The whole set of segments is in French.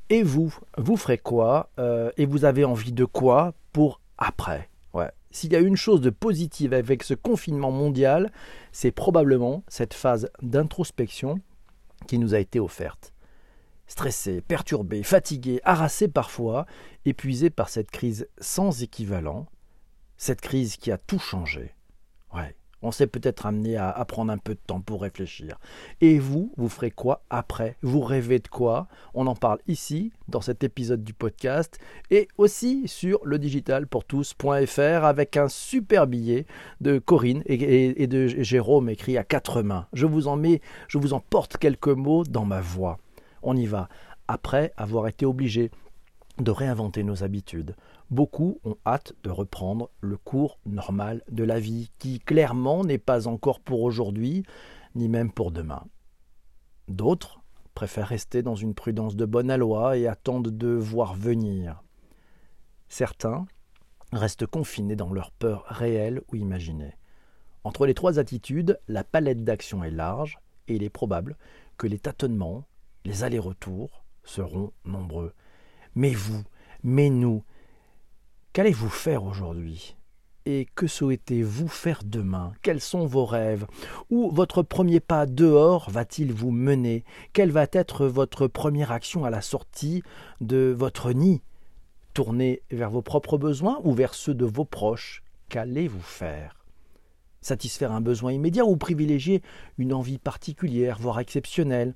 Et vous ferez quoi et vous avez envie de quoi pour après? Ouais. S'il y a une chose de positive avec ce confinement mondial, c'est probablement cette phase d'introspection qui nous a été offerte. Stressé, perturbé, fatigué, harassé parfois, épuisé par cette crise sans équivalent, cette crise qui a tout changé. Ouais. On s'est peut-être amené à prendre un peu de temps pour réfléchir. Et vous ferez quoi après? Vous rêvez de quoi? On en parle ici, dans cet épisode du podcast, et aussi sur ledigitalpourtous.fr avec un super billet de Corinne et de Jérôme écrit à quatre mains. Je vous en porte quelques mots dans ma voix. On y va. Après avoir été obligé de réinventer nos habitudes. Beaucoup ont hâte de reprendre le cours normal de la vie, qui clairement n'est pas encore pour aujourd'hui, ni même pour demain. D'autres préfèrent rester dans une prudence de bonne aloi et attendent de voir venir. Certains restent confinés dans leur peur réelle ou imaginée. Entre les trois attitudes, la palette d'action est large et il est probable que les tâtonnements, les allers-retours seront nombreux. Mais vous, mais nous, qu'allez-vous faire aujourd'hui? Et que souhaitez-vous faire demain? Quels sont vos rêves? Où votre premier pas dehors va-t-il vous mener? Quelle va être votre première action à la sortie de votre nid? Tourner vers vos propres besoins ou vers ceux de vos proches? Qu'allez-vous faire? Satisfaire un besoin immédiat ou privilégier une envie particulière, voire exceptionnelle?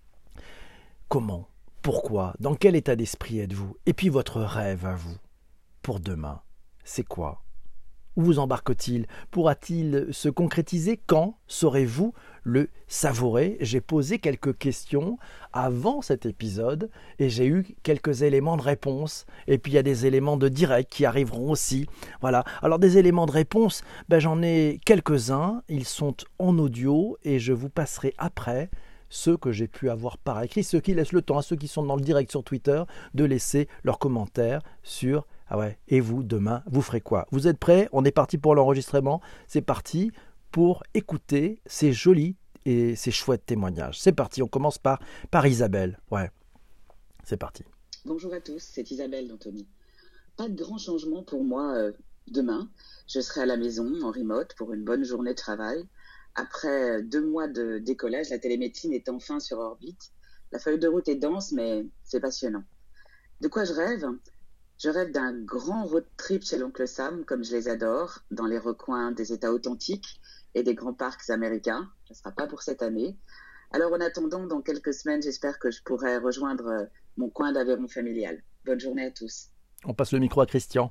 Comment? Pourquoi? Dans quel état d'esprit êtes-vous? Et puis votre rêve à vous, pour demain, c'est quoi? Où vous embarque-t-il? Pourra-t-il se concrétiser? Quand saurez-vous le savourer? J'ai posé quelques questions avant cet épisode et j'ai eu quelques éléments de réponse. Et puis il y a des éléments de direct qui arriveront aussi. Voilà. Alors des éléments de réponse, j'en ai quelques-uns. Ils sont en audio et je vous passerai après ceux que j'ai pu avoir par écrit, ceux qui laissent le temps à ceux qui sont dans le direct sur Twitter de laisser leurs commentaires sur « Ah ouais, et vous, demain, vous ferez quoi ?» Vous êtes prêts? On est parti pour l'enregistrement. C'est parti pour écouter ces jolis et ces chouettes témoignages. C'est parti, on commence par Isabelle. Ouais, c'est parti. Bonjour à tous, c'est Isabelle d'Antony. Pas de grand changement pour moi demain. Je serai à la maison, en remote, pour une bonne journée de travail. Après 2 mois de décollage, la télémédecine est enfin sur orbite. La feuille de route est dense, mais c'est passionnant. De quoi je rêve? Je rêve d'un grand road trip chez l'oncle Sam, comme je les adore, dans les recoins des États authentiques et des grands parcs américains. Ce ne sera pas pour cette année. Alors en attendant, dans quelques semaines, j'espère que je pourrai rejoindre mon coin d'Aveyron familial. Bonne journée à tous. On passe le micro à Christian.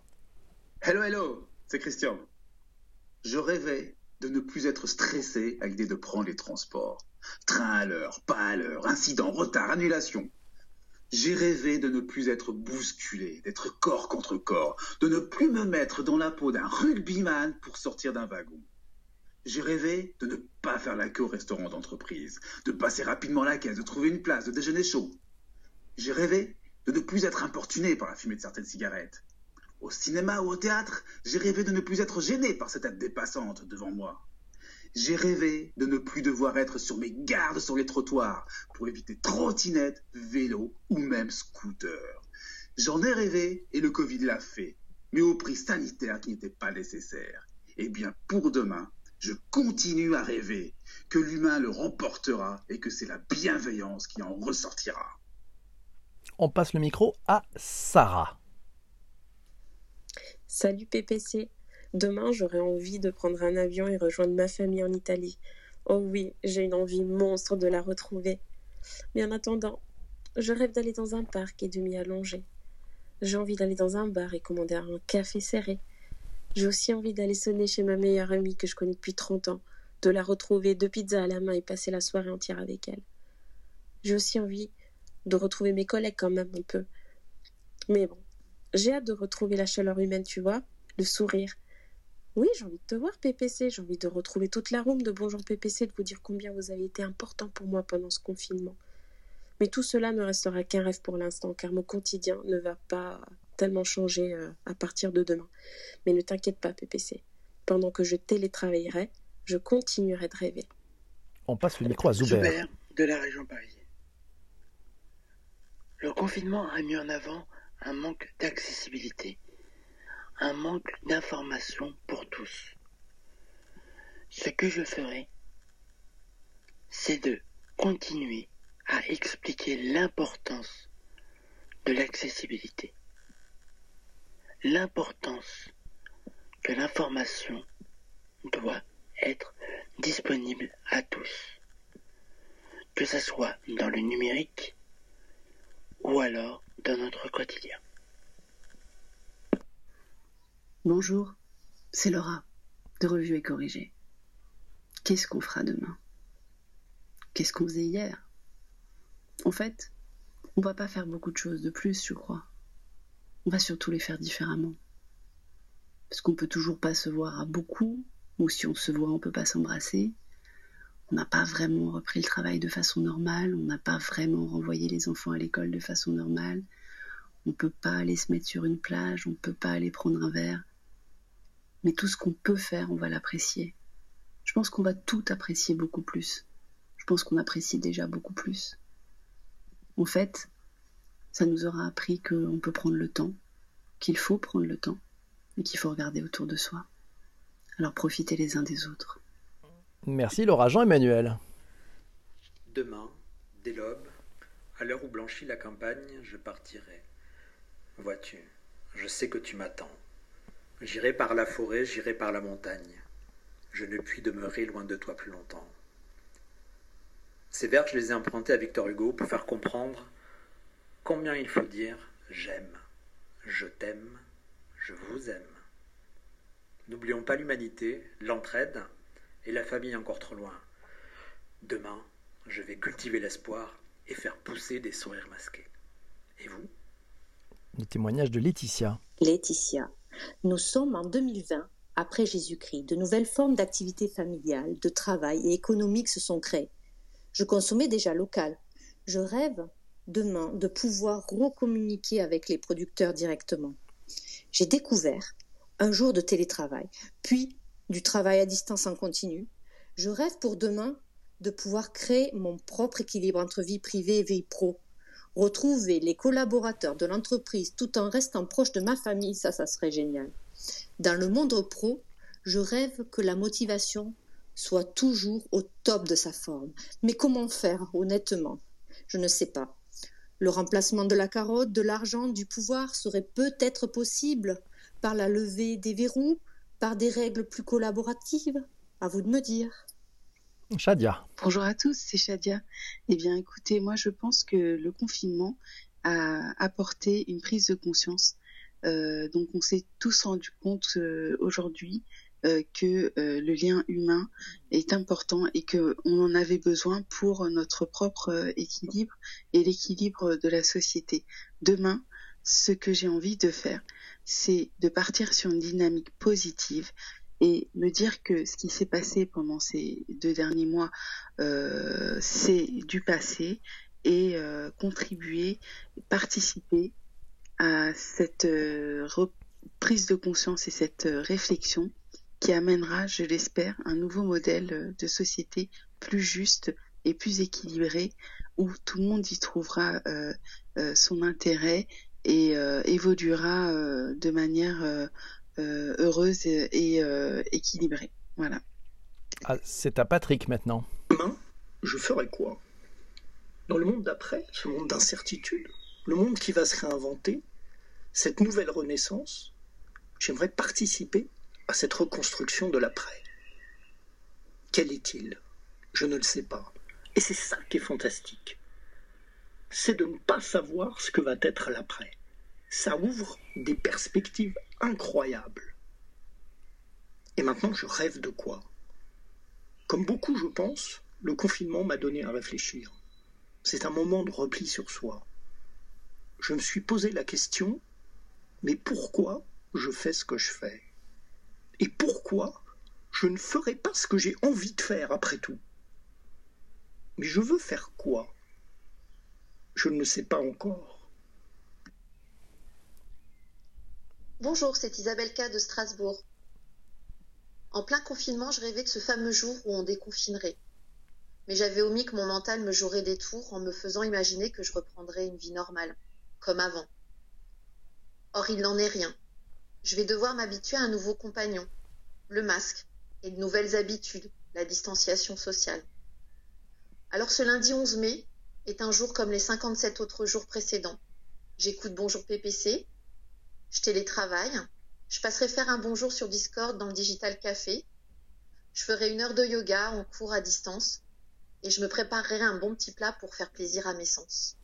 Hello, c'est Christian. Je rêvais de ne plus être stressé à l'idée de prendre les transports. Train à l'heure, pas à l'heure, incident, retard, annulation. J'ai rêvé de ne plus être bousculé, d'être corps contre corps, de ne plus me mettre dans la peau d'un rugbyman pour sortir d'un wagon. J'ai rêvé de ne pas faire la queue au restaurant d'entreprise, de passer rapidement la caisse, de trouver une place, de déjeuner chaud. J'ai rêvé de ne plus être importuné par la fumée de certaines cigarettes. Au cinéma ou au théâtre, j'ai rêvé de ne plus être gêné par cette tête dépassante devant moi. J'ai rêvé de ne plus devoir être sur mes gardes sur les trottoirs pour éviter trottinettes, vélos ou même scooters. J'en ai rêvé et le Covid l'a fait, mais au prix sanitaire qui n'était pas nécessaire. Eh bien, pour demain, je continue à rêver que l'humain le remportera et que c'est la bienveillance qui en ressortira. On passe le micro à Sarah. Salut PPC. Demain, j'aurai envie de prendre un avion et rejoindre ma famille en Italie. Oh oui, j'ai une envie monstre de la retrouver. Mais en attendant, je rêve d'aller dans un parc et de m'y allonger. J'ai envie d'aller dans un bar et commander un café serré. J'ai aussi envie d'aller sonner chez ma meilleure amie que je connais depuis 30 ans, de la retrouver, 2 pizzas à la main et passer la soirée entière avec elle. J'ai aussi envie de retrouver mes collègues quand même un peu. Mais bon, j'ai hâte de retrouver la chaleur humaine, tu vois, le sourire. Oui, j'ai envie de te voir, PPC. J'ai envie de retrouver toute la room de Bonjour PPC, de vous dire combien vous avez été important pour moi pendant ce confinement. Mais tout cela ne restera qu'un rêve pour l'instant, car mon quotidien ne va pas tellement changer à partir de demain. Mais ne t'inquiète pas, PPC. Pendant que je télétravaillerai, je continuerai de rêver. On passe le micro à Zuber. De la région parisienne. Le confinement a mis en avant un manque d'accessibilité, un manque d'information pour tous. Ce que je ferai, c'est de continuer à expliquer l'importance de l'accessibilité, l'importance que l'information doit être disponible à tous, que ce soit dans le numérique ou alors dans notre quotidien. Bonjour, c'est Laura, de Revue et Corrigée. Qu'est-ce qu'on fera demain? Qu'est-ce qu'on faisait hier? En fait, on va pas faire beaucoup de choses de plus, je crois. On va surtout les faire différemment. Parce qu'on peut toujours pas se voir à beaucoup, ou si on se voit, on peut pas s'embrasser. On n'a pas vraiment repris le travail de façon normale, on n'a pas vraiment renvoyé les enfants à l'école de façon normale. On peut pas aller se mettre sur une plage, on peut pas aller prendre un verre. Mais tout ce qu'on peut faire, on va l'apprécier. Je pense qu'on va tout apprécier beaucoup plus. Je pense qu'on apprécie déjà beaucoup plus. En fait, ça nous aura appris qu'on peut prendre le temps, qu'il faut prendre le temps, et qu'il faut regarder autour de soi. Alors profitez les uns des autres. Merci Laura. Jean-Emmanuel. Demain, dès l'aube, à l'heure où blanchit la campagne, je partirai. Vois-tu, je sais que tu m'attends. J'irai par la forêt, j'irai par la montagne. Je ne puis demeurer loin de toi plus longtemps. Ces vers, je les ai empruntés à Victor Hugo pour faire comprendre combien il faut dire « j'aime »,« je t'aime »,« je vous aime ». N'oublions pas l'humanité, l'entraide et la famille encore trop loin. Demain, je vais cultiver l'espoir et faire pousser des sourires masqués. Et vous ? Le témoignage de Laetitia. Laetitia, nous sommes en 2020, après Jésus-Christ. De nouvelles formes d'activité familiale, de travail et économique se sont créées. Je consommais déjà local. Je rêve demain de pouvoir recommuniquer avec les producteurs directement. J'ai découvert un jour de télétravail, puis du travail à distance en continu. Je rêve pour demain de pouvoir créer mon propre équilibre entre vie privée et vie pro. Retrouver les collaborateurs de l'entreprise tout en restant proche de ma famille, ça serait génial. Dans le monde pro, je rêve que la motivation soit toujours au top de sa forme. Mais comment faire, honnêtement? Je ne sais pas. Le remplacement de la carotte, de l'argent, du pouvoir serait peut-être possible par la levée des verrous, par des règles plus collaboratives. À vous de me dire. Shadia. Bonjour à tous, c'est Shadia. Eh bien écoutez, moi je pense que le confinement a apporté une prise de conscience. Donc on s'est tous rendu compte aujourd'hui que le lien humain est important et qu'on en avait besoin pour notre propre équilibre et l'équilibre de la société. Demain, ce que j'ai envie de faire, c'est de partir sur une dynamique positive et me dire que ce qui s'est passé pendant ces 2 derniers mois, c'est du passé et contribuer, participer à cette prise de conscience et cette réflexion qui amènera, je l'espère, un nouveau modèle de société plus juste et plus équilibré, où tout le monde y trouvera son intérêt et évoluera de manière heureuse et équilibrée. Voilà. Ah, c'est à Patrick maintenant. Demain, je ferai quoi? Dans le monde d'après, ce monde d'incertitude, le monde qui va se réinventer, cette nouvelle renaissance, j'aimerais participer à cette reconstruction de l'après. Quel est-il? Je ne le sais pas. Et c'est ça qui est fantastique. C'est de ne pas savoir ce que va être l'après. Ça ouvre des perspectives incroyables. Et maintenant, je rêve de quoi? Comme beaucoup, je pense, le confinement m'a donné à réfléchir. C'est un moment de repli sur soi. Je me suis posé la question, mais pourquoi je fais ce que je fais? Et pourquoi je ne ferai pas ce que j'ai envie de faire après tout? Mais je veux faire quoi? Je ne le sais pas encore. Bonjour, c'est Isabelle K de Strasbourg. En plein confinement, je rêvais de ce fameux jour où on déconfinerait. mais j'avais omis que mon mental me jouerait des tours en me faisant imaginer que je reprendrais une vie normale, comme avant. Or, il n'en est rien. Je vais devoir m'habituer à un nouveau compagnon, le masque, et de nouvelles habitudes, la distanciation sociale. Alors ce lundi 11 mai est un jour comme les 57 autres jours précédents. J'écoute Bonjour PPC, je télétravaille, je passerai faire un bonjour sur Discord dans le Digital Café, je ferai 1 heure de yoga en cours à distance et je me préparerai un bon petit plat pour faire plaisir à mes sens.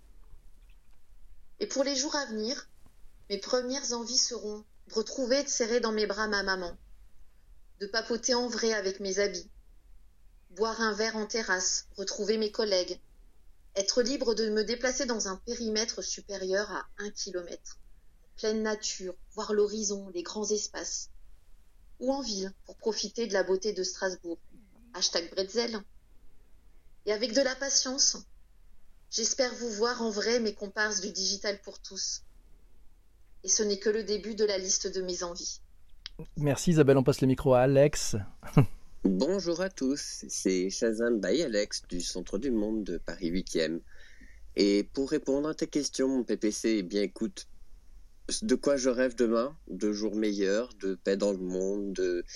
Et pour les jours à venir, mes premières envies seront de retrouver et de serrer dans mes bras ma maman, de papoter en vrai avec mes habits, boire un verre en terrasse, retrouver mes collègues, être libre de me déplacer dans un périmètre supérieur à 1 kilomètre, pleine nature, voir l'horizon, les grands espaces, ou en ville pour profiter de la beauté de Strasbourg. #Bretzel. Et avec de la patience, j'espère vous voir en vrai, mes comparses du Digital pour tous. Et ce n'est que le début de la liste de mes envies. Merci Isabelle, on passe le micro à Alex. Bonjour à tous, c'est Shazam by Alex du Centre du Monde de Paris 8e. Et pour répondre à ta question, mon PPC, eh bien écoute, de quoi je rêve demain? De jours meilleurs, de paix dans le monde,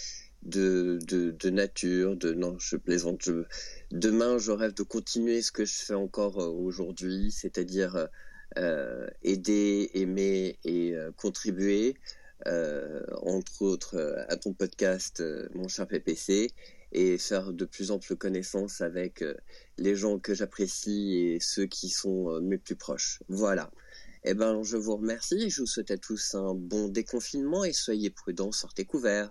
de nature, non, je plaisante. Demain, je rêve de continuer ce que je fais encore aujourd'hui, c'est-à-dire aider, aimer et contribuer, entre autres à ton podcast, mon cher PPC, et faire de plus en plus connaissance avec les gens que j'apprécie et ceux qui sont mes plus proches. Voilà. Eh ben, je vous remercie, je vous souhaite à tous un bon déconfinement et soyez prudents, sortez couverts.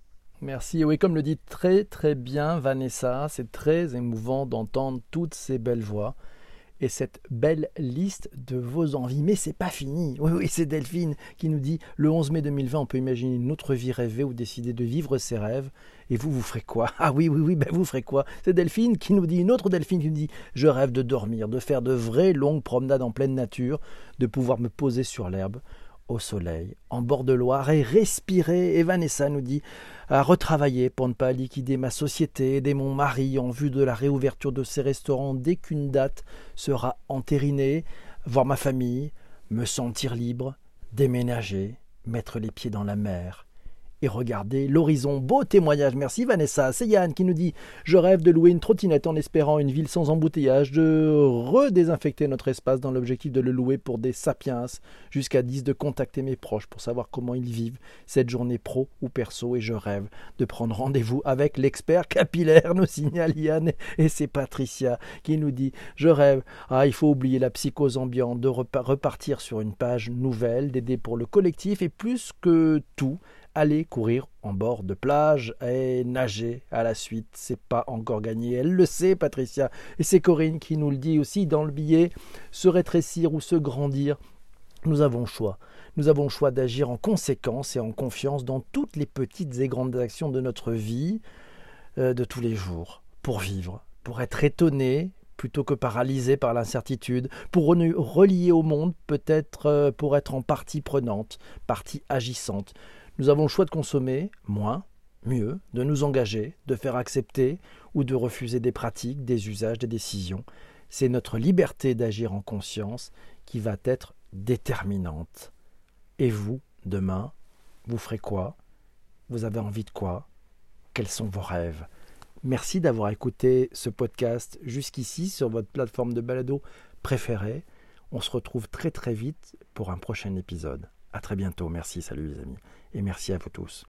Merci. Oui, comme le dit très très bien Vanessa, c'est très émouvant d'entendre toutes ces belles voix et cette belle liste de vos envies. Mais c'est pas fini. Oui, c'est Delphine qui nous dit le 11 mai 2020, on peut imaginer une autre vie rêvée ou décider de vivre ses rêves. Et vous ferez quoi? Ah oui, ben vous ferez quoi? C'est Delphine qui nous dit, une autre Delphine qui nous dit je rêve de dormir, de faire de vraies longues promenades en pleine nature, de pouvoir me poser sur l'herbe, au soleil, en bord de Loire et respirer. Et Vanessa nous dit à retravailler pour ne pas liquider ma société, aider mon mari en vue de la réouverture de ses restaurants dès qu'une date sera entérinée, voir ma famille, me sentir libre, déménager, mettre les pieds dans la mer et regarder l'horizon. Beau témoignage, merci Vanessa. C'est Yann qui nous dit « Je rêve de louer une trottinette en espérant une ville sans embouteillage, de redésinfecter notre espace dans l'objectif de le louer pour des sapiens, jusqu'à 10 de contacter mes proches pour savoir comment ils vivent cette journée pro ou perso et je rêve de prendre rendez-vous avec l'expert capillaire », nous signale Yann. Et c'est Patricia qui nous dit « Je rêve, il faut oublier la psychose ambiante, de repartir sur une page nouvelle, d'aider pour le collectif et plus que tout, aller courir en bord de plage et nager à la suite, c'est pas encore gagné. Elle le sait, Patricia. Et c'est Corinne qui nous le dit aussi dans le billet. Se rétrécir ou se grandir, nous avons le choix. Nous avons le choix d'agir en conséquence et en confiance dans toutes les petites et grandes actions de notre vie, de tous les jours, pour vivre, pour être étonné plutôt que paralysé par l'incertitude, pour nous relier au monde, peut-être pour être en partie prenante, partie agissante. Nous avons le choix de consommer moins, mieux, de nous engager, de faire accepter ou de refuser des pratiques, des usages, des décisions. C'est notre liberté d'agir en conscience qui va être déterminante. Et vous, demain, vous ferez quoi? Vous avez envie de quoi? Quels sont vos rêves? Merci d'avoir écouté ce podcast jusqu'ici sur votre plateforme de balado préférée. On se retrouve très très vite pour un prochain épisode. À très bientôt. Merci, salut les amis. Et merci à vous tous.